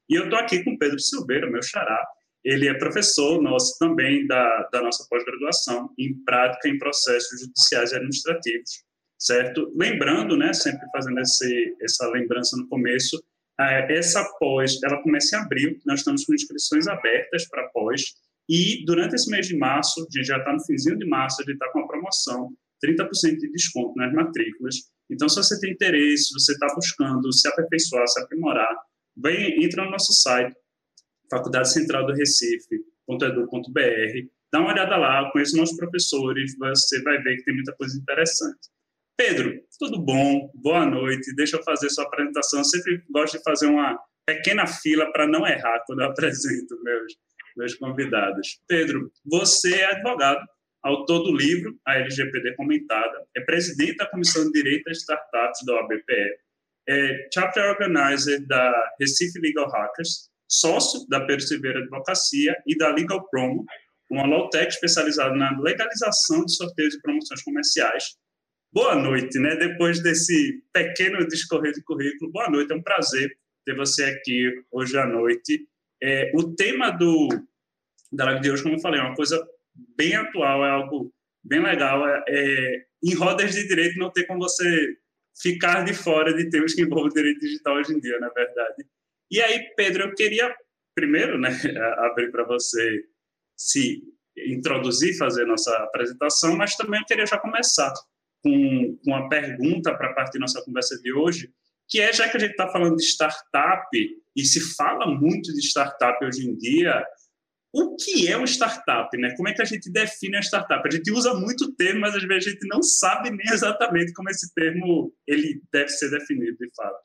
E eu estou aqui com o Pedro Silveira, meu xará. Ele é professor nosso também da nossa pós-graduação em prática em processos judiciais e administrativos, certo? Lembrando, né, sempre fazendo essa lembrança no começo, essa pós, ela começa em abril, nós estamos com inscrições abertas para pós, e durante esse mês de março, a gente já está no finzinho de março, a gente está com uma promoção, 30% de desconto nas matrículas. Então, se você tem interesse, se você está buscando se aperfeiçoar, se aprimorar, entra no nosso site, Faculdade Central do Recife.edu.br, dá uma olhada lá, conheça nossos professores, você vai ver que tem muita coisa interessante. Pedro, tudo bom? Boa noite. Deixa eu fazer sua apresentação. Eu sempre gosto de fazer uma pequena fila para não errar quando eu apresento meus convidados. Pedro, você é advogado, autor do livro A LGPD Comentada, é presidente da Comissão de Direito às Startups da OABPE, é Chapter Organizer da Recife Legal Hackers, sócio da Pedro Silveira Advocacia e da Legal Promo, uma law-tech especializada na legalização de sorteios e promoções comerciais. Boa noite, né? Depois desse pequeno discorrer de currículo, boa noite, é um prazer ter você aqui hoje à noite. O tema da live de hoje, como eu falei, é uma coisa bem atual, é algo bem legal. Em rodas de direito não tem como você ficar de fora de temas que envolvem direito digital hoje em dia, na verdade. E aí, Pedro, eu queria primeiro, né, abrir para você se introduzir, fazer nossa apresentação, mas também eu queria já começar com uma pergunta para partir da nossa conversa de hoje, que já que a gente está falando de startup, e se fala muito de startup hoje em dia, o que é uma startup, né? Como é que a gente define a startup? A gente usa muito o termo, mas às vezes a gente não sabe nem exatamente como esse termo ele deve ser definido, de fato.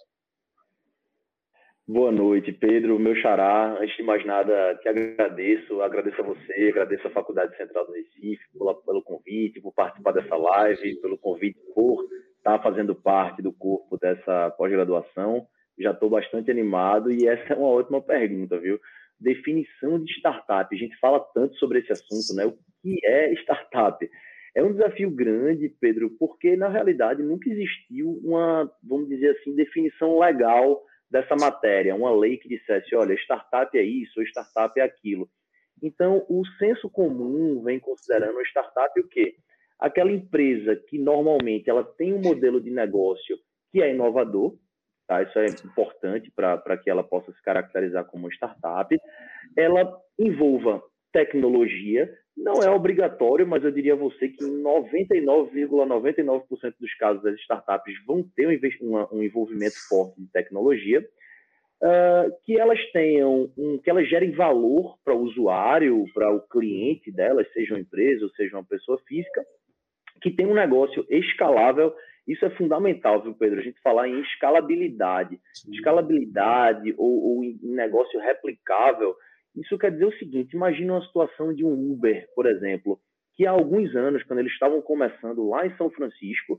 Boa noite, Pedro, meu xará. Antes de mais nada, te agradeço a você, agradeço à Faculdade Central do Recife pelo convite, por participar dessa live, pelo convite por estar fazendo parte do corpo dessa pós-graduação. Já estou bastante animado e essa é uma ótima pergunta, viu? Definição de startup. A gente fala tanto sobre esse assunto, né? O que é startup? É um desafio grande, Pedro, porque na realidade nunca existiu uma, vamos dizer assim, definição legal dessa matéria, uma lei que dissesse, olha, startup é isso, ou startup é aquilo. Então, o senso comum vem considerando a startup o quê? Aquela empresa que normalmente ela tem um modelo de negócio que é inovador, tá? Isso é importante para que ela possa se caracterizar como startup. Ela envolva tecnologia, não é obrigatório, mas eu diria a você que em 99,99% dos casos das startups vão ter um envolvimento forte de tecnologia, que elas tenham, que elas gerem valor para o usuário, para o cliente delas, seja uma empresa ou seja uma pessoa física, que tem um negócio escalável. Isso é fundamental, viu, Pedro? A gente falar em escalabilidade. Escalabilidade ou em negócio replicável. Isso quer dizer o seguinte, imagina uma situação de um Uber, por exemplo, que há alguns anos, quando eles estavam começando lá em São Francisco,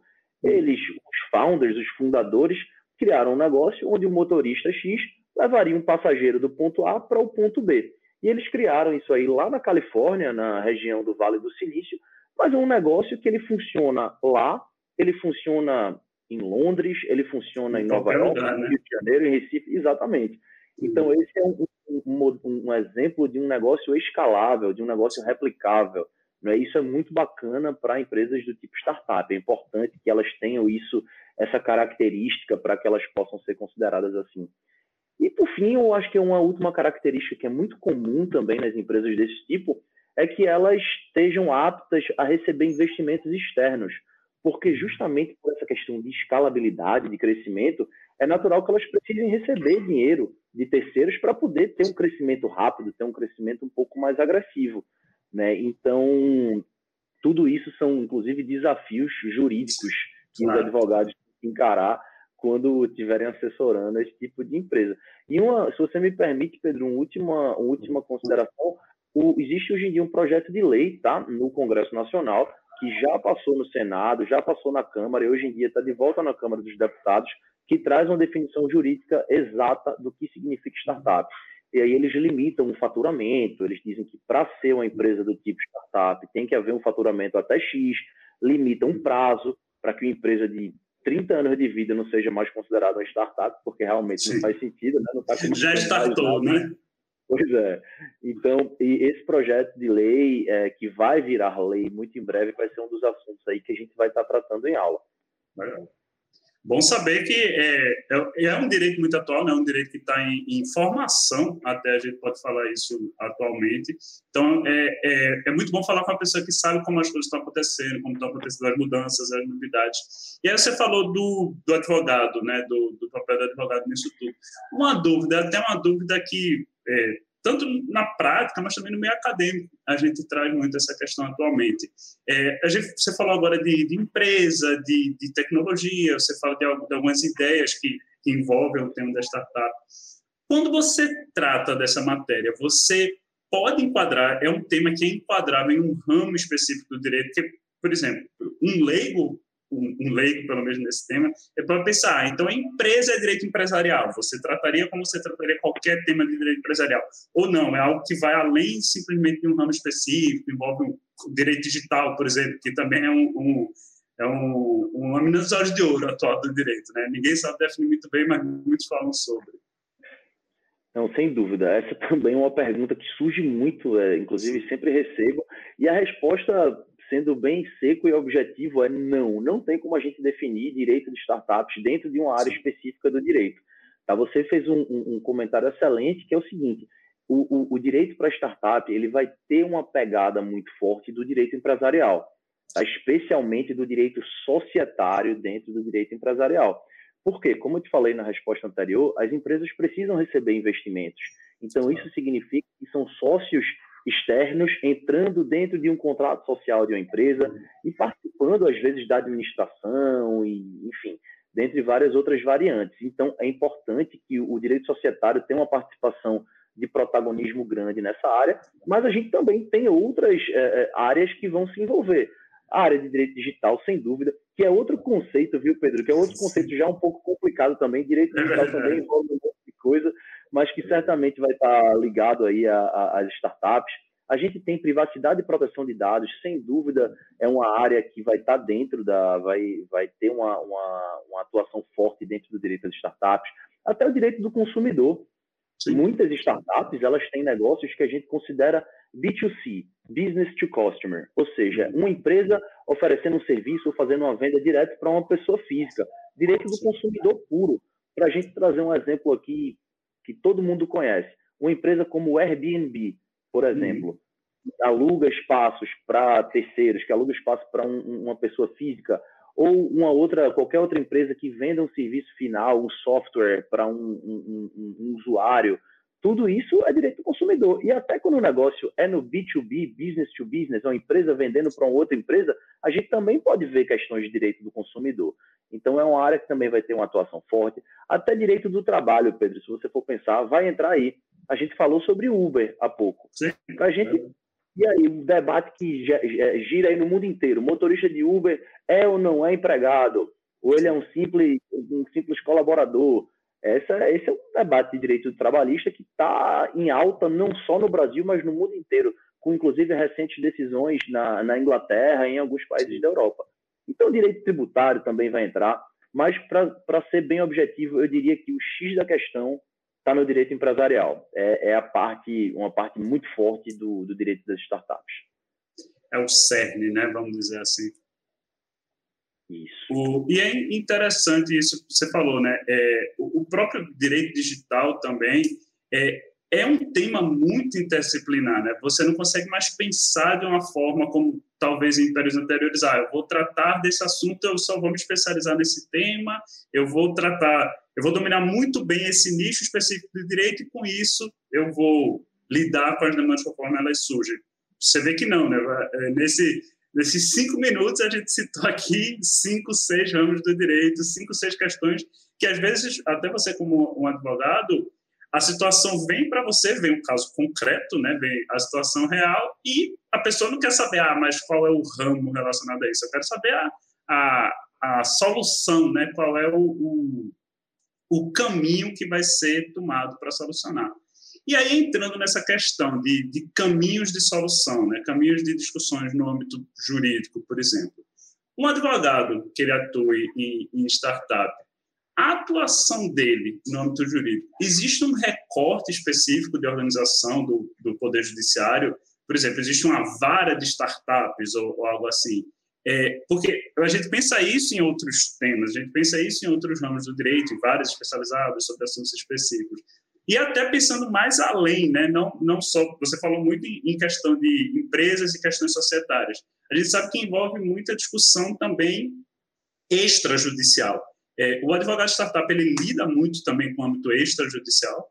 os founders, os fundadores, criaram um negócio onde o motorista X levaria um passageiro do ponto A para o ponto B. E eles criaram isso aí lá na Califórnia, na região do Vale do Silício, mas é um negócio que ele funciona lá, ele funciona em Londres, ele funciona em Nova York, no Rio de Janeiro, em Recife, exatamente. Então, esse é um exemplo de um negócio escalável, de um negócio replicável. Né? Isso é muito bacana para empresas do tipo startup. É importante que elas tenham essa característica para que elas possam ser consideradas assim. E, por fim, eu acho que uma última característica que é muito comum também nas empresas desse tipo é que elas estejam aptas a receber investimentos externos, porque justamente por essa questão de escalabilidade, de crescimento, é natural que elas precisem receber dinheiro de terceiros para poder ter um crescimento rápido, ter um crescimento um pouco mais agressivo. Né? Então, tudo isso são, inclusive, desafios jurídicos que os advogados têm que encarar quando estiverem assessorando esse tipo de empresa. E se você me permite, Pedro, uma última consideração, existe hoje em dia um projeto de lei, tá, no Congresso Nacional, que já passou no Senado, já passou na Câmara e hoje em dia está de volta na Câmara dos Deputados, que traz uma definição jurídica exata do que significa startup. E aí eles limitam o faturamento, eles dizem que para ser uma empresa do tipo startup tem que haver um faturamento até X, limitam um prazo para que uma empresa de 30 anos de vida não seja mais considerado uma startup, porque realmente Sim. não faz sentido, né? Não tá Já startou, né? Pois é. Então, e esse projeto de lei, que vai virar lei muito em breve, vai ser um dos assuntos aí que a gente vai estar tratando em aula. Legal. Bom saber que é um direito muito atual, né? É um direito que está em formação, até a gente pode falar isso atualmente. Então, é muito bom falar com uma pessoa que sabe como as coisas estão acontecendo, como estão acontecendo as mudanças, as novidades. E aí você falou do advogado, né? Do papel do advogado nisso tudo. Até uma dúvida que, tanto na prática, mas também no meio acadêmico, a gente traz muito essa questão atualmente. Você falou agora de empresa, de tecnologia, você fala de algumas ideias que envolvem o tema da startup. Quando você trata dessa matéria, você pode enquadrar, é um tema que é enquadrável em um ramo específico do direito, que, por exemplo, um leigo, pelo menos nesse tema, para pensar, então a empresa é direito empresarial, você trataria como você trataria qualquer tema de direito empresarial, ou não, é algo que vai além simplesmente de um ramo específico, envolve um direito digital, por exemplo, que também é uma mina dos olhos de ouro atual do direito, né? Ninguém sabe definir muito bem, mas muitos falam sobre. Não, sem dúvida. Essa também é uma pergunta que surge muito, inclusive sempre recebo, e a resposta, sendo bem seco e objetivo, é não. Não tem como a gente definir direito de startups dentro de uma área específica do direito. Tá? Você fez um comentário excelente, que é o seguinte: o direito para startup ele vai ter uma pegada muito forte do direito empresarial, tá? Especialmente do direito societário dentro do direito empresarial. Por quê? Como eu te falei na resposta anterior, as empresas precisam receber investimentos. Então, isso significa que são sócios externos entrando dentro de um contrato social de uma empresa e participando, às vezes, da administração e, enfim, dentre várias outras variantes. Então, é importante que o direito societário tenha uma participação de protagonismo grande nessa área, mas a gente também tem outras áreas que vão se envolver. A área de direito digital, sem dúvida, que é outro conceito, viu, Pedro? Que é outro conceito já um pouco complicado também. Direito digital também envolve um monte de coisa, mas que certamente vai estar ligado aí às startups. A gente tem privacidade e proteção de dados, sem dúvida, é uma área que vai estar dentro vai ter uma atuação forte dentro do direito das startups. Até o direito do consumidor. Sim. Muitas startups, elas têm negócios que a gente considera B2C, Business to Customer, ou seja, uma empresa oferecendo um serviço ou fazendo uma venda direto para uma pessoa física, direito do consumidor puro. Para a gente trazer um exemplo aqui que todo mundo conhece, uma empresa como o Airbnb, por exemplo, aluga espaços para terceiros, que aluga espaço para uma pessoa física, ou qualquer outra empresa que venda um serviço final, um software para um usuário. Tudo isso é direito do consumidor. E até quando o negócio é no B2B, business to business, uma empresa vendendo para uma outra empresa, a gente também pode ver questões de direito do consumidor. Então, é uma área que também vai ter uma atuação forte. Até direito do trabalho, Pedro, se você for pensar, vai entrar aí. A gente falou sobre Uber há pouco. Sim. E aí, o debate que gira aí no mundo inteiro. O motorista de Uber é ou não é empregado? Ou ele é um simples colaborador? Esse é um debate de direito trabalhista que está em alta não só no Brasil, mas no mundo inteiro, com inclusive recentes decisões na Inglaterra e em alguns países da Europa. Então, o direito tributário também vai entrar, mas para ser bem objetivo, eu diria que o X da questão está no direito empresarial. Uma parte muito forte do direito das startups. É o cerne, né? Vamos dizer assim. Isso. E é interessante isso que você falou, né? O próprio direito digital também é um tema muito interdisciplinar, né? Você não consegue mais pensar de uma forma como talvez em impérios anteriores. Eu vou tratar desse assunto, eu só vou me especializar nesse tema, eu vou dominar muito bem esse nicho específico de direito e com isso eu vou lidar com as demandas conforme elas surgem. Você vê que não, né? Nesses 5 minutos, a gente citou aqui 5, 6 ramos do direito, 5, 6 questões que, às vezes, até você como um advogado, a situação vem para você, vem um caso concreto, né? Vem a situação real e a pessoa não quer saber, mas qual é o ramo relacionado a isso? Eu quero saber a solução, né? Qual é o caminho que vai ser tomado para solucionar. E aí, entrando nessa questão de caminhos de solução, né? Caminhos de discussões no âmbito jurídico, por exemplo, Um advogado que ele atue em startup, a atuação dele no âmbito jurídico, existe um recorte específico de organização do Poder Judiciário? Por exemplo, existe uma vara de startups ou algo assim? Porque a gente pensa isso em outros temas, a gente pensa isso em outros ramos do direito, em várias especializadas sobre assuntos específicos. E até pensando mais além, né? Não só, você falou muito em questão de empresas e questões societárias. A gente sabe que envolve muita discussão também extrajudicial. O advogado de startup, ele lida muito também com o âmbito extrajudicial?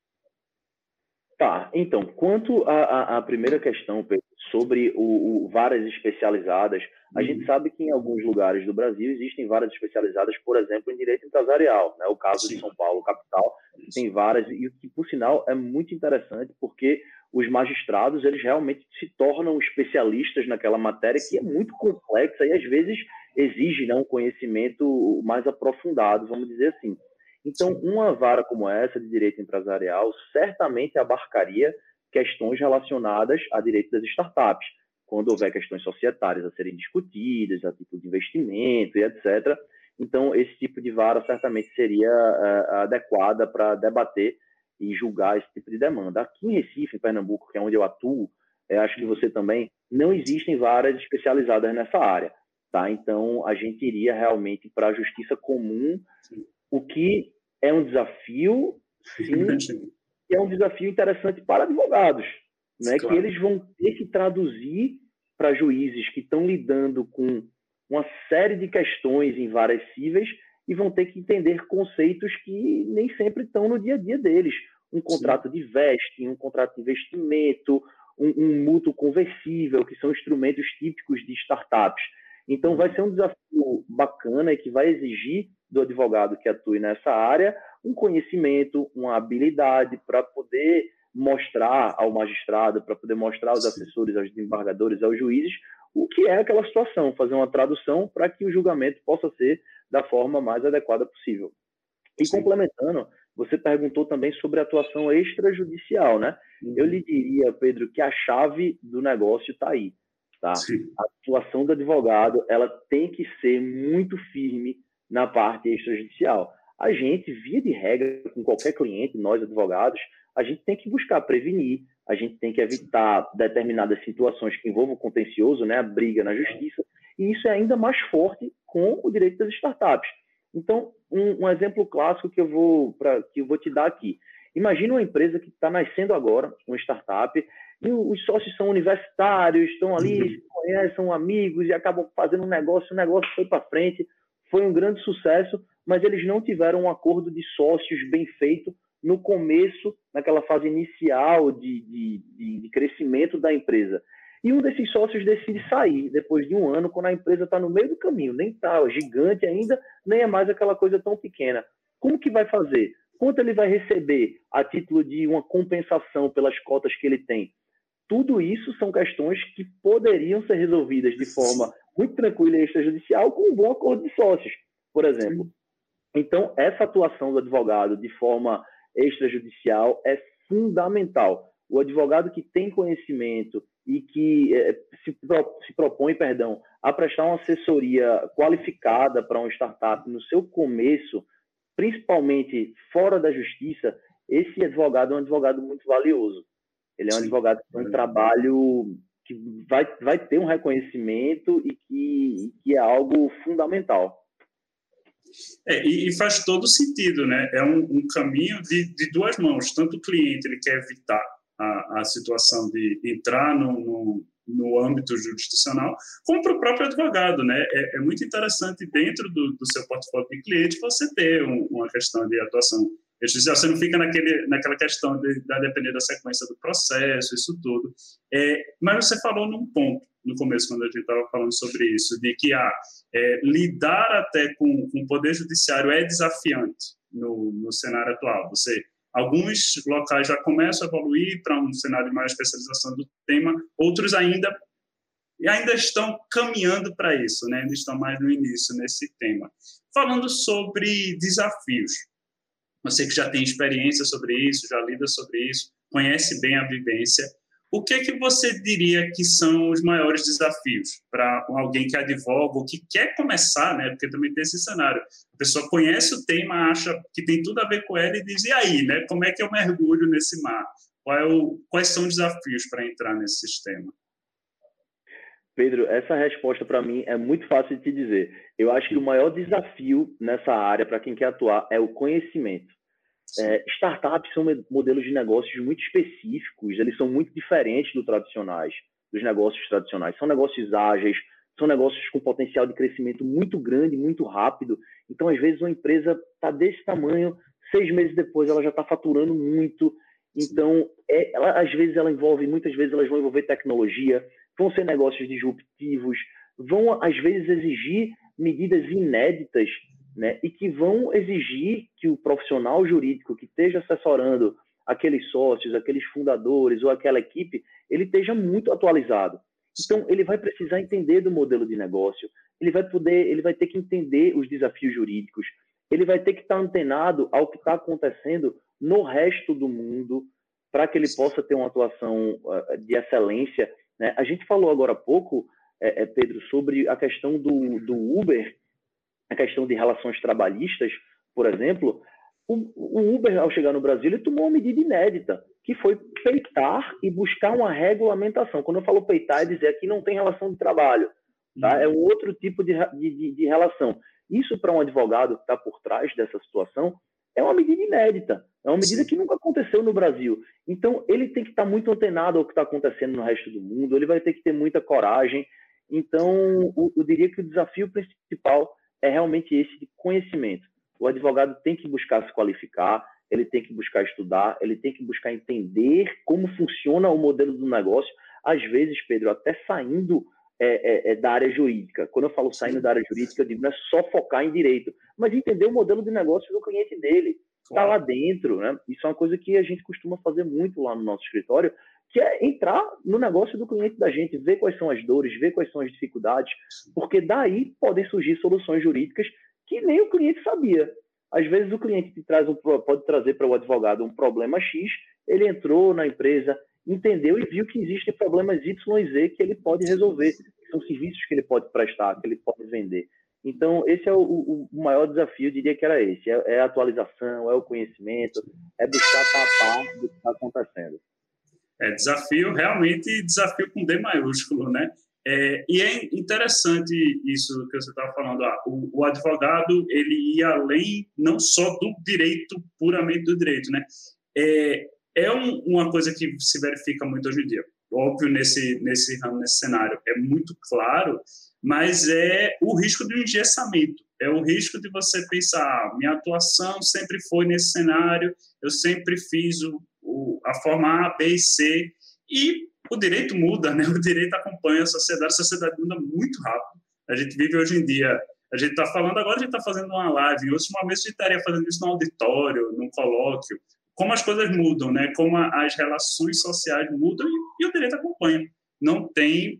Tá, então, quanto à primeira questão, Pedro, sobre varas especializadas, a gente sabe que em alguns lugares do Brasil existem varas especializadas, por exemplo, em direito empresarial, né? O caso de São Paulo, capital, que tem varas, e o que, por sinal, é muito interessante, porque os magistrados, eles realmente se tornam especialistas naquela matéria que é muito complexa e, às vezes, exige, né, um conhecimento mais aprofundado, vamos dizer assim. Então, uma vara como essa de direito empresarial certamente abarcaria questões relacionadas a direito das startups, quando houver questões societárias a serem discutidas, a tipo de investimento e etc. Então, esse tipo de vara certamente seria adequada para debater e julgar esse tipo de demanda. Aqui em Recife, em Pernambuco, que é onde eu atuo, acho que você também, não existem varas especializadas nessa área. Tá? Então, a gente iria realmente para a justiça comum, o que é um desafio, sim, e é um desafio interessante para advogados, né? Claro. Que eles vão ter que traduzir para juízes que estão lidando com uma série de questões em várias cíveis e vão ter que entender conceitos que nem sempre estão no dia a dia deles. Um contrato de vesting, um contrato de investimento, um mútuo conversível, que são instrumentos típicos de startups. Então, vai ser um desafio bacana e que vai exigir do advogado que atue nessa área um conhecimento, uma habilidade para poder mostrar ao magistrado, para poder mostrar aos assessores, aos desembargadores, aos juízes, o que é aquela situação, fazer uma tradução para que o julgamento possa ser da forma mais adequada possível. E complementando, você perguntou também sobre a atuação extrajudicial, né? Eu lhe diria, Pedro, que a chave do negócio está aí. Tá? A atuação do advogado, ela tem que ser muito firme na parte extrajudicial. A gente, via de regra, com qualquer cliente, nós advogados, a gente tem que buscar prevenir, a gente tem que evitar determinadas situações que envolvam o contencioso, né, a briga na justiça, e isso é ainda mais forte com o direito das startups. Então, um exemplo clássico que eu vou te dar aqui. Imagina uma empresa que está nascendo agora, uma startup, e os sócios são universitários, estão ali, se conhecem, são amigos e acabam fazendo um negócio, o negócio foi para frente, foi um grande sucesso, mas eles não tiveram um acordo de sócios bem feito no começo, naquela fase inicial de crescimento da empresa. E um desses sócios decide sair depois de um ano, quando a empresa está no meio do caminho, nem está gigante ainda, nem é mais aquela coisa tão pequena. Como que vai fazer? Quanto ele vai receber a título de uma compensação pelas cotas que ele tem? Tudo isso são questões que poderiam ser resolvidas de forma muito tranquila e extrajudicial com um bom acordo de sócios, por exemplo. Então, essa atuação do advogado de forma extrajudicial é fundamental. O advogado que tem conhecimento e que se propõe, a prestar uma assessoria qualificada para uma startup no seu começo, principalmente fora da justiça, esse advogado é um advogado muito valioso. Ele é um advogado que tem um trabalho que vai ter um reconhecimento e que é algo fundamental. E faz todo sentido, né? É um caminho de duas mãos. Tanto o cliente ele quer evitar a situação de entrar no âmbito jurisdicional, como para o próprio advogado, né? É muito interessante dentro do seu portfólio de cliente você ter uma questão de atuação judicial. Você não fica naquela questão de depender da sequência do processo, isso tudo. Mas você falou num ponto no começo, quando a gente estava falando sobre isso, de que lidar até com o poder judiciário é desafiante no cenário atual. Alguns locais já começam a evoluir para um cenário de maior especialização do tema, outros ainda estão caminhando para isso, né? Ainda estão mais no início nesse tema. Falando sobre desafios, você que já tem experiência sobre isso, já lida sobre isso, conhece bem a vivência, O que você diria que são os maiores desafios para alguém que advoga ou que quer começar, né? Porque também tem esse cenário. A pessoa conhece o tema, acha que tem tudo a ver com ela e diz, e aí, né? Como é que eu mergulho nesse mar? Quais são os desafios para entrar nesse sistema? Pedro, essa resposta para mim é muito fácil de te dizer. Eu acho que o maior desafio nessa área para quem quer atuar é o conhecimento. Startups são modelos de negócios muito específicos, eles são muito diferentes dos negócios tradicionais. São negócios ágeis, são negócios com potencial de crescimento muito grande, muito rápido. Então, às vezes, uma empresa está desse tamanho, 6 meses depois ela já está faturando muito. Então, muitas vezes elas vão envolver tecnologia, vão ser negócios disruptivos, vão, às vezes, exigir medidas inéditas, né, e que vão exigir que o profissional jurídico que esteja assessorando aqueles sócios, aqueles fundadores ou aquela equipe, ele esteja muito atualizado. Então, ele vai precisar entender do modelo de negócio, ele vai ter que entender os desafios jurídicos, ele vai ter que estar antenado ao que está acontecendo no resto do mundo para que ele possa ter uma atuação de excelência, né? A gente falou agora há pouco, Pedro, sobre a questão do Uber, a questão de relações trabalhistas, por exemplo. O Uber, ao chegar no Brasil, ele tomou uma medida inédita, que foi peitar e buscar uma regulamentação. Quando eu falo peitar, é dizer que não tem relação de trabalho, tá? É um outro tipo de relação. Isso, para um advogado que está por trás dessa situação, é uma medida inédita, é uma medida que nunca aconteceu no Brasil. Então, ele tem que estar muito antenado ao que está acontecendo no resto do mundo, ele vai ter que ter muita coragem. Então, eu diria que o desafio principal é realmente esse de conhecimento. O advogado tem que buscar se qualificar, ele tem que buscar estudar, ele tem que buscar entender como funciona o modelo do negócio, às vezes, Pedro, até saindo da área jurídica. Quando eu falo saindo da área jurídica, eu digo, não é só focar em direito, mas entender o modelo de negócio do cliente dele, está lá dentro, né? Isso é uma coisa que a gente costuma fazer muito lá no nosso escritório, que é entrar no negócio do cliente da gente, ver quais são as dores, ver quais são as dificuldades, porque daí podem surgir soluções jurídicas que nem o cliente sabia. Às vezes o cliente pode trazer para o advogado um problema X, ele entrou na empresa, entendeu e viu que existem problemas Y e Z que ele pode resolver, que são serviços que ele pode prestar, que ele pode vender. Então, esse é o maior desafio, eu diria que era esse, é a atualização, é o conhecimento, é buscar estar a par do que está acontecendo. Desafio, realmente desafio com D maiúsculo, né? E é interessante isso que você estava falando. O advogado, ele ia além não só do direito, puramente do direito, né? Uma coisa que se verifica muito hoje em dia. Óbvio, nesse ramo, nesse cenário, é muito claro, mas é o risco de um engessamento. É o risco de você pensar, minha atuação sempre foi nesse cenário, eu sempre fiz a forma A, B e C, e o direito muda, né? O direito acompanha a sociedade muda muito rápido. A gente vive hoje em dia, a gente está falando agora, a gente está fazendo uma live, em outros momentos a gente estaria fazendo isso no auditório, num colóquio. Como as coisas mudam, né? Como as relações sociais mudam e o direito acompanha. Não tem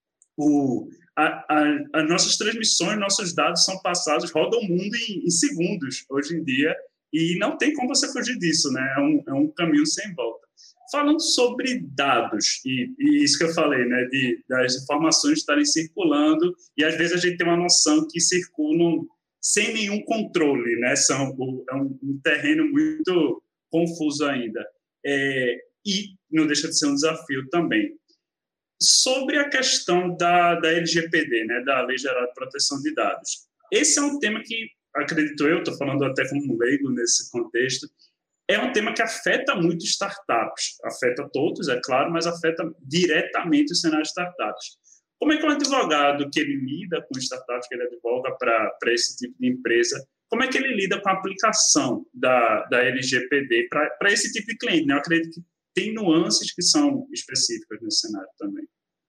as nossas transmissões, nossos dados são passados, rodam o mundo em segundos hoje em dia, e não tem como você fugir disso, né? É um caminho sem volta. Falando sobre dados, e isso que eu falei, né? Das informações estarem circulando, e às vezes a gente tem uma noção que circulam sem nenhum controle, né? É um terreno muito confuso ainda. E não deixa de ser um desafio também. Sobre a questão da LGPD, né? Da Lei Geral de Proteção de Dados. Esse é um tema que, acredito eu, estou falando até como leigo nesse contexto, é um tema que afeta muito startups. Afeta todos, é claro, mas afeta diretamente o cenário de startups. Como é que um advogado que ele lida com startups, que ele advoga para esse tipo de empresa, como é que ele lida com a aplicação da LGPD para esse tipo de cliente, né? Eu acredito que tem nuances que são específicas nesse cenário também.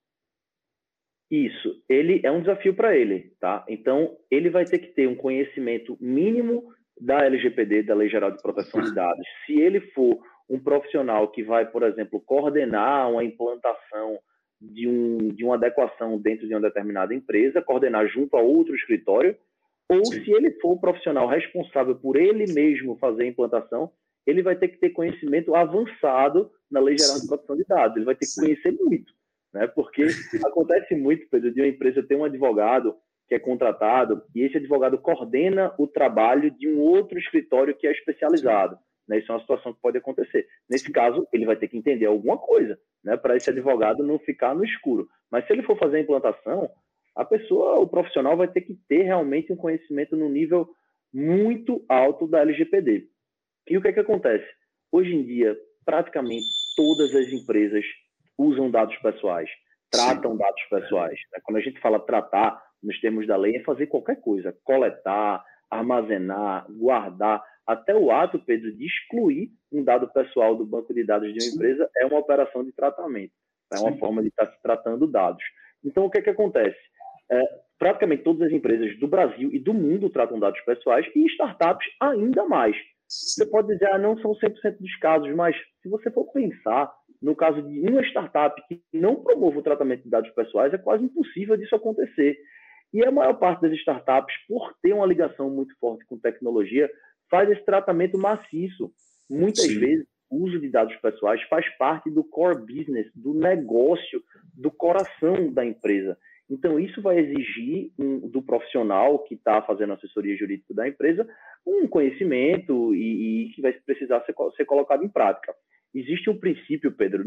Isso, ele é um desafio para ele, tá? Então, ele vai ter que ter um conhecimento mínimo da LGPD, da Lei Geral de Proteção de Dados. Se ele for um profissional que vai, por exemplo, coordenar uma implantação de uma adequação dentro de uma determinada empresa, coordenar junto a outro escritório, ou se ele for o profissional responsável por ele mesmo fazer a implantação, ele vai ter que ter conhecimento avançado na Lei Geral de Proteção de Dados. Ele vai ter que conhecer muito, né? Porque acontece muito, Pedro, de uma empresa ter um advogado que é contratado e esse advogado coordena o trabalho de um outro escritório que é especializado. Né? Isso é uma situação que pode acontecer. Nesse caso, ele vai ter que entender alguma coisa, né? Para esse advogado não ficar no escuro. Mas se ele for fazer a implantação, a pessoa, o profissional vai ter que ter realmente um conhecimento no nível muito alto da LGPD. E o que é que acontece? Hoje em dia, praticamente todas as empresas usam dados pessoais, tratam dados pessoais. Quando a gente fala tratar, nos termos da lei, é fazer qualquer coisa, coletar, armazenar, guardar, até o ato, Pedro, de excluir um dado pessoal do banco de dados de uma empresa é uma operação de tratamento, é uma forma de estar se tratando dados. Então, o que é que acontece? Praticamente todas as empresas do Brasil e do mundo tratam dados pessoais e startups ainda mais. Você pode dizer, não são 100% dos casos, mas se você for pensar no caso de uma startup que não promova o tratamento de dados pessoais, é quase impossível disso acontecer. E a maior parte das startups, por ter uma ligação muito forte com tecnologia, faz esse tratamento maciço. Muitas vezes, o uso de dados pessoais faz parte do core business, do negócio, do coração da empresa. Então, isso vai exigir do profissional que está fazendo a assessoria jurídica da empresa um conhecimento e que vai precisar ser colocado em prática. Existe um princípio, Pedro,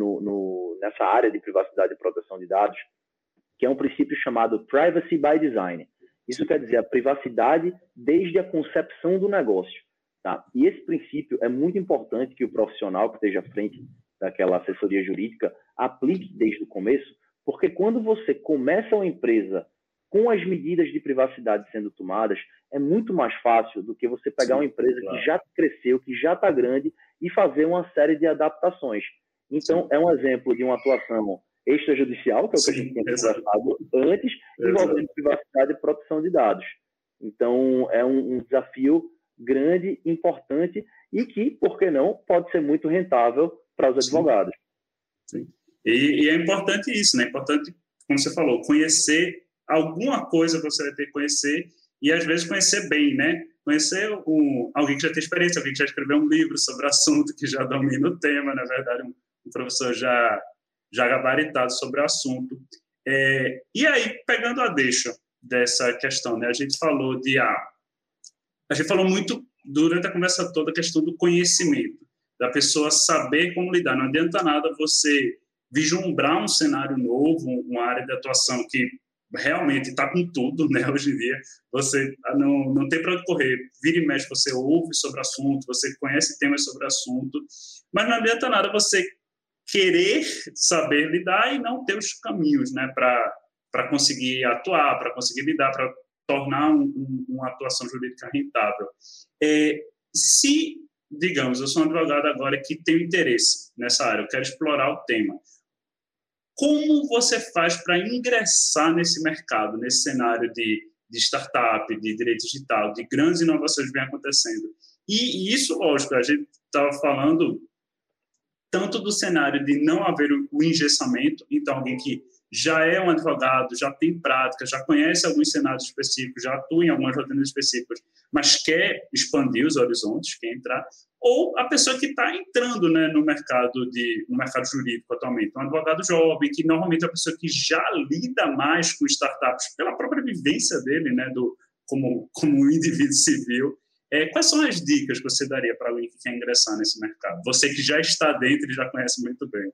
nessa área de privacidade e proteção de dados, que é um princípio chamado Privacy by Design. Isso quer dizer a privacidade desde a concepção do negócio. Tá? E esse princípio é muito importante que o profissional que esteja à frente daquela assessoria jurídica aplique desde o começo, porque quando você começa uma empresa com as medidas de privacidade sendo tomadas, é muito mais fácil do que você pegar uma empresa que já cresceu, que já está grande, e fazer uma série de adaptações. Então, é um exemplo de uma atuação extrajudicial, que é o que a gente tinha conversado antes, envolvendo privacidade e proteção de dados. Então, é um desafio grande, importante, e que, por que não, pode ser muito rentável para os advogados. Sim. E é importante isso, né? É importante, como você falou, conhecer alguma coisa que você vai ter que conhecer e, às vezes, conhecer bem, né? Conhecer alguém que já tem experiência, alguém que já escreveu um livro sobre o assunto, que já domina o tema, na verdade, um professor já gabaritado sobre o assunto. E aí, pegando a deixa dessa questão, né? A gente falou muito durante a conversa toda a questão do conhecimento, da pessoa saber como lidar. Não adianta nada você vislumbrar um cenário novo, uma área de atuação que realmente está com tudo, né? Hoje em dia, você não tem para onde correr. Vira e mexe, você ouve sobre o assunto, você conhece temas sobre o assunto, mas não adianta nada você querer saber lidar e não ter os caminhos, né? Para conseguir atuar, para conseguir lidar, para tornar uma atuação jurídica rentável. Se, digamos, eu sou um advogado agora que tem interesse nessa área, eu quero explorar o tema, como você faz para ingressar nesse mercado, nesse cenário de startup, de direito digital, de grandes inovações que vem acontecendo? E isso, lógico, a gente estava falando tanto do cenário de não haver o engessamento, então alguém que já é um advogado, já tem prática, já conhece alguns cenários específicos, já atua em algumas rotinas específicas, mas quer expandir os horizontes, quer entrar, ou a pessoa que está entrando, né, no mercado jurídico atualmente, um advogado jovem, que normalmente é uma pessoa que já lida mais com startups pela própria vivência dele, né, como um indivíduo civil. Quais são as dicas que você daria para alguém que quer ingressar nesse mercado? Você que já está dentro e já conhece muito bem.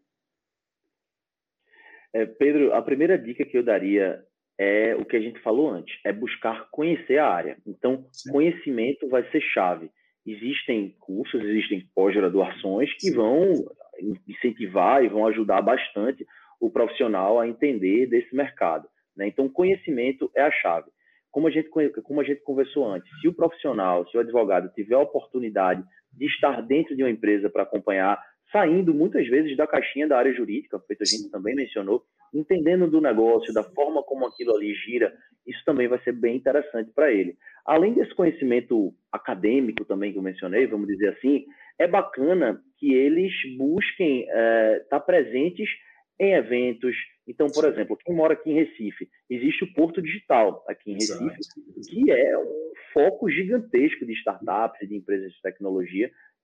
Pedro, a primeira dica que eu daria é o que a gente falou antes, é buscar conhecer a área. Então, conhecimento vai ser chave. Existem cursos, existem pós-graduações que vão incentivar e vão ajudar bastante o profissional a entender desse mercado, né? Então, conhecimento é a chave. Como a gente conversou antes, se o profissional, se o advogado tiver a oportunidade de estar dentro de uma empresa para acompanhar, saindo muitas vezes da caixinha da área jurídica, feito a gente também mencionou, entendendo do negócio, da forma como aquilo ali gira, isso também vai ser bem interessante para ele. Além desse conhecimento acadêmico também que eu mencionei, vamos dizer assim, é bacana que eles busquem estar presentes em eventos. Então, por exemplo, quem mora aqui em Recife, existe o Porto Digital aqui em Recife, que é um foco gigantesco de startups e de empresas de tecnologia,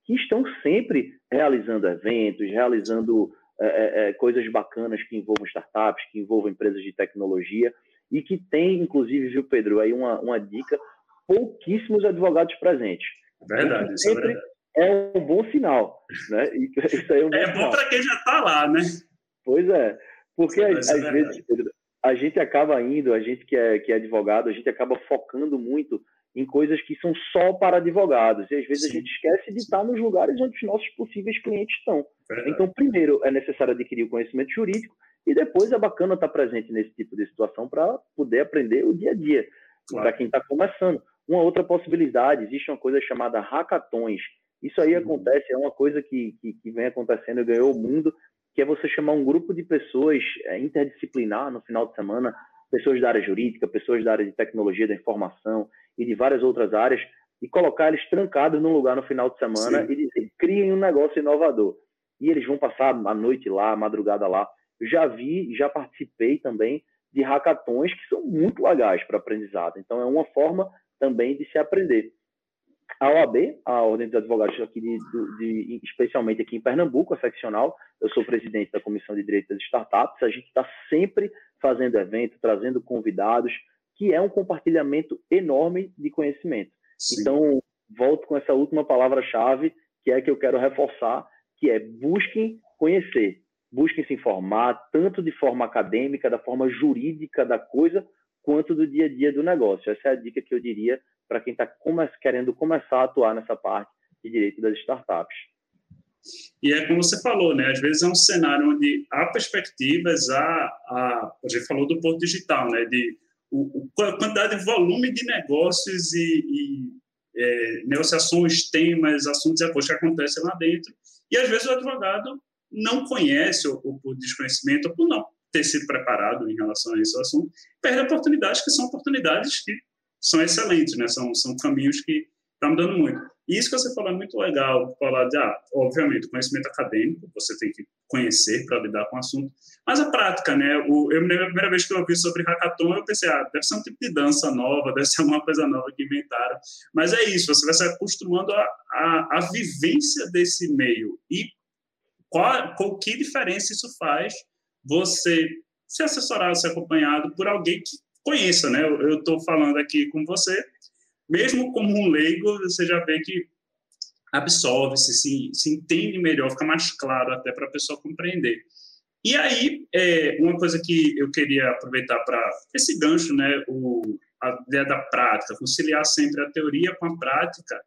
que estão sempre realizando eventos, realizando coisas bacanas que envolvam startups, que envolvam empresas de tecnologia, e que tem, inclusive, viu, Pedro, aí uma dica, pouquíssimos advogados presentes. Verdade, isso é verdade. É um bom sinal, né? Isso aí é bom para quem já está lá, né? Pois é, porque às vezes, Pedro, a gente acaba indo, a gente que é advogado, a gente acaba focando muito em coisas que são só para advogados, e às vezes a gente esquece de estar nos lugares onde os nossos possíveis clientes estão. Verdade. Então, primeiro, é necessário adquirir o conhecimento jurídico, e depois é bacana estar presente nesse tipo de situação para poder aprender o dia a dia, para quem está começando. Uma outra possibilidade, existe uma coisa chamada hackathons. Isso aí acontece, é uma coisa que vem acontecendo e ganhou o mundo, que é você chamar um grupo de pessoas interdisciplinar no final de semana, pessoas da área jurídica, pessoas da área de tecnologia da informação e de várias outras áreas, e colocar eles trancados num lugar no final de semana e dizer, criem um negócio inovador. E eles vão passar a noite lá, a madrugada lá. Eu já participei também de hackathons que são muito legais para aprendizado. Então, é uma forma também de se aprender. A OAB, a Ordem dos Advogados, aqui especialmente aqui em Pernambuco, a seccional, eu sou presidente da Comissão de Direito das Startups, a gente está sempre fazendo evento, trazendo convidados, que é um compartilhamento enorme de conhecimento. Sim. Então, volto com essa última palavra-chave, que é que eu quero reforçar, que é busquem conhecer, busquem se informar, tanto de forma acadêmica, da forma jurídica da coisa, quanto do dia a dia do negócio. Essa é a dica que eu diria para quem está querendo começar a atuar nessa parte de direito das startups. E é como você falou, né? Às vezes é um cenário onde há perspectivas, a gente falou do Porto Digital, né? A quantidade de volume de negócios e negociações, temas, assuntos e acordos que acontecem lá dentro. E às vezes o advogado não conhece, ou por desconhecimento, ou por não ter sido preparado em relação a esse assunto, perde oportunidades que são oportunidades que são excelentes, né? São caminhos que estão dando muito. E isso que você falou é muito legal, falar de, obviamente, o conhecimento acadêmico, você tem que conhecer para lidar com o assunto, mas a prática, né? Eu me lembro a primeira vez que eu ouvi sobre hackathon, eu pensei, deve ser um tipo de dança nova, deve ser alguma coisa nova que inventaram, mas é isso, você vai se acostumando à vivência desse meio. E que diferença isso faz você ser assessorado, ser acompanhado por alguém que conheça, né? Eu estou falando aqui com você, mesmo como um leigo, você já vê que absorve-se, se entende melhor, fica mais claro até para a pessoa compreender. E aí, uma coisa que eu queria aproveitar para esse gancho, né, a ideia da prática, conciliar sempre a teoria com a prática,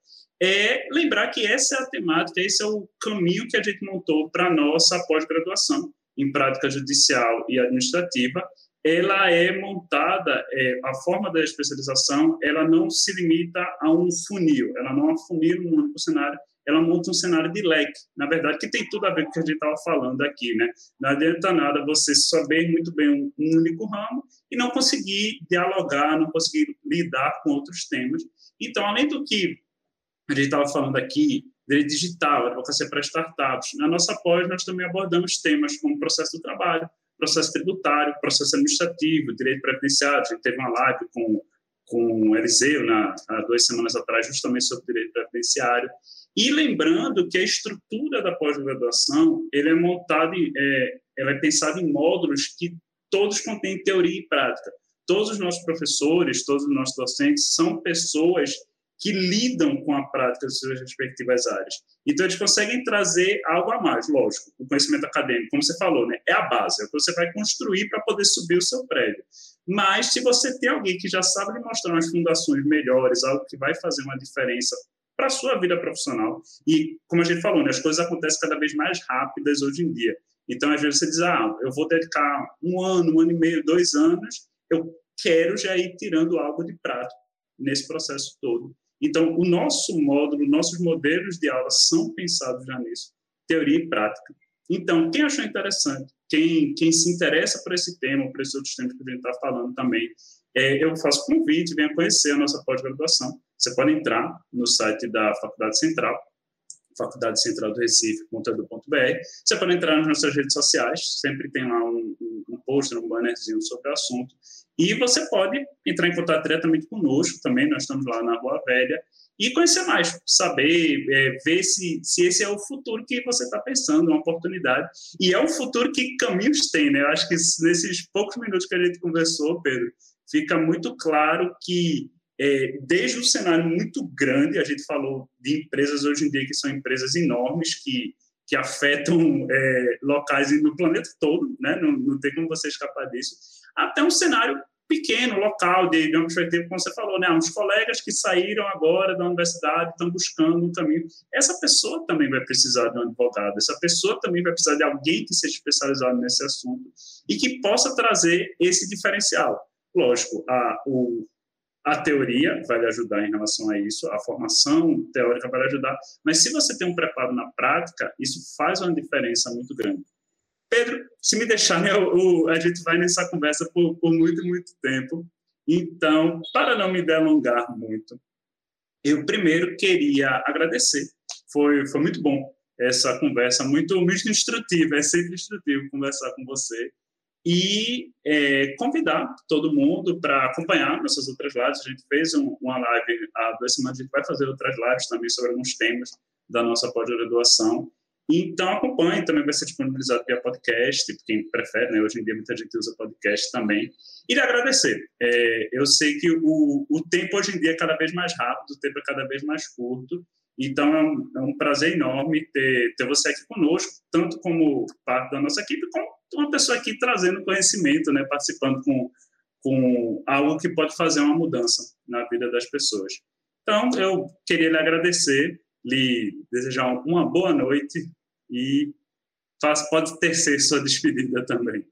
é lembrar que essa é a temática, esse é o caminho que a gente montou para a nossa pós-graduação em prática judicial e administrativa. Ela é montada, a forma da especialização, ela não se limita a um funil, ela não afunila um único cenário, ela monta um cenário de leque, na verdade, que tem tudo a ver com o que a gente estava falando aqui, né? Não adianta nada você saber muito bem um único ramo e não conseguir dialogar, não conseguir lidar com outros temas. Então, além do que a gente estava falando aqui, direito digital, advocacia para startups, na nossa pós nós também abordamos temas como processo do trabalho, processo tributário, processo administrativo, direito previdenciário. A gente teve uma live com o Eliseu há 2 semanas atrás, justamente sobre direito previdenciário. E lembrando que a estrutura da pós-graduação ela é montada, ela é pensada em módulos que todos contêm teoria e prática. Todos os nossos professores, todos os nossos docentes são pessoas que lidam com a prática das suas respectivas áreas. Então, eles conseguem trazer algo a mais, lógico, o conhecimento acadêmico, como você falou, né, é a base, é o que você vai construir para poder subir o seu prédio. Mas, se você tem alguém que já sabe lhe mostrar umas fundações melhores, algo que vai fazer uma diferença para a sua vida profissional, e, como a gente falou, né, as coisas acontecem cada vez mais rápidas hoje em dia. Então, às vezes, você diz, eu vou dedicar 1 ano, 1 ano e meio, 2 anos, eu quero já ir tirando algo de prática nesse processo todo. Então, o nosso módulo, nossos modelos de aula são pensados já nisso, teoria e prática. Então, quem achou interessante, quem se interessa por esse tema, por esses outros temas que a gente está falando também, eu faço convite, venha conhecer a nossa pós-graduação. Você pode entrar no site da Faculdade Central, Faculdade Central do Recife.edu.br. Você pode entrar nas nossas redes sociais, sempre tem lá um post, um bannerzinho sobre o assunto. E você pode entrar em contato diretamente conosco também, nós estamos lá na Rua Velha, e conhecer mais, saber, ver se esse é o futuro que você está pensando, uma oportunidade. E é um futuro que caminhos tem, né? Eu acho que nesses poucos minutos que a gente conversou, Pedro, fica muito claro que desde um cenário muito grande, a gente falou de empresas hoje em dia que são empresas enormes, que afetam locais no planeta todo, né? Não tem como você escapar disso, até um cenário pequeno, local, de uma perspectiva, como você falou, né? Uns colegas que saíram agora da universidade, estão buscando um caminho. Essa pessoa também vai precisar de um advogado, essa pessoa também vai precisar de alguém que seja especializado nesse assunto e que possa trazer esse diferencial. Lógico, a teoria vai lhe ajudar em relação a isso, a formação teórica vai lhe ajudar, mas se você tem um preparo na prática, isso faz uma diferença muito grande. Pedro, se me deixar, né, a gente vai nessa conversa por muito, muito tempo. Então, para não me delongar muito, eu primeiro queria agradecer. Foi muito bom essa conversa, muito instrutiva, é sempre instrutivo conversar com você. E convidar todo mundo para acompanhar nossas outras lives. A gente fez uma live há 2 semanas, a gente vai fazer outras lives também sobre alguns temas da nossa pós-graduação. Então, acompanhe, também vai ser disponibilizado via podcast, quem prefere, né? Hoje em dia muita gente usa podcast também. E lhe agradecer. Eu sei que o tempo hoje em dia é cada vez mais rápido, o tempo é cada vez mais curto, então é um prazer enorme ter você aqui conosco, tanto como parte da nossa equipe, como uma pessoa aqui trazendo conhecimento, né? Participando com algo que pode fazer uma mudança na vida das pessoas. Então, eu queria lhe agradecer, lhe desejar uma boa noite e pode tecer sua despedida também.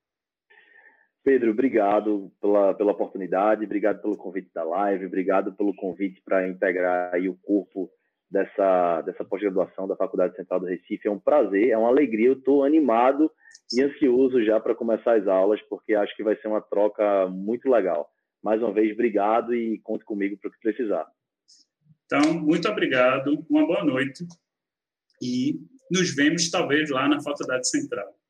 Pedro, obrigado pela oportunidade, obrigado pelo convite da live, obrigado pelo convite para integrar aí o corpo dessa pós-graduação da Faculdade Central do Recife. É um prazer, é uma alegria, eu estou animado e ansioso já para começar as aulas, porque acho que vai ser uma troca muito legal. Mais uma vez, obrigado e conte comigo para o que precisar. Então, muito obrigado, uma boa noite e nos vemos talvez lá na Faculdade Central.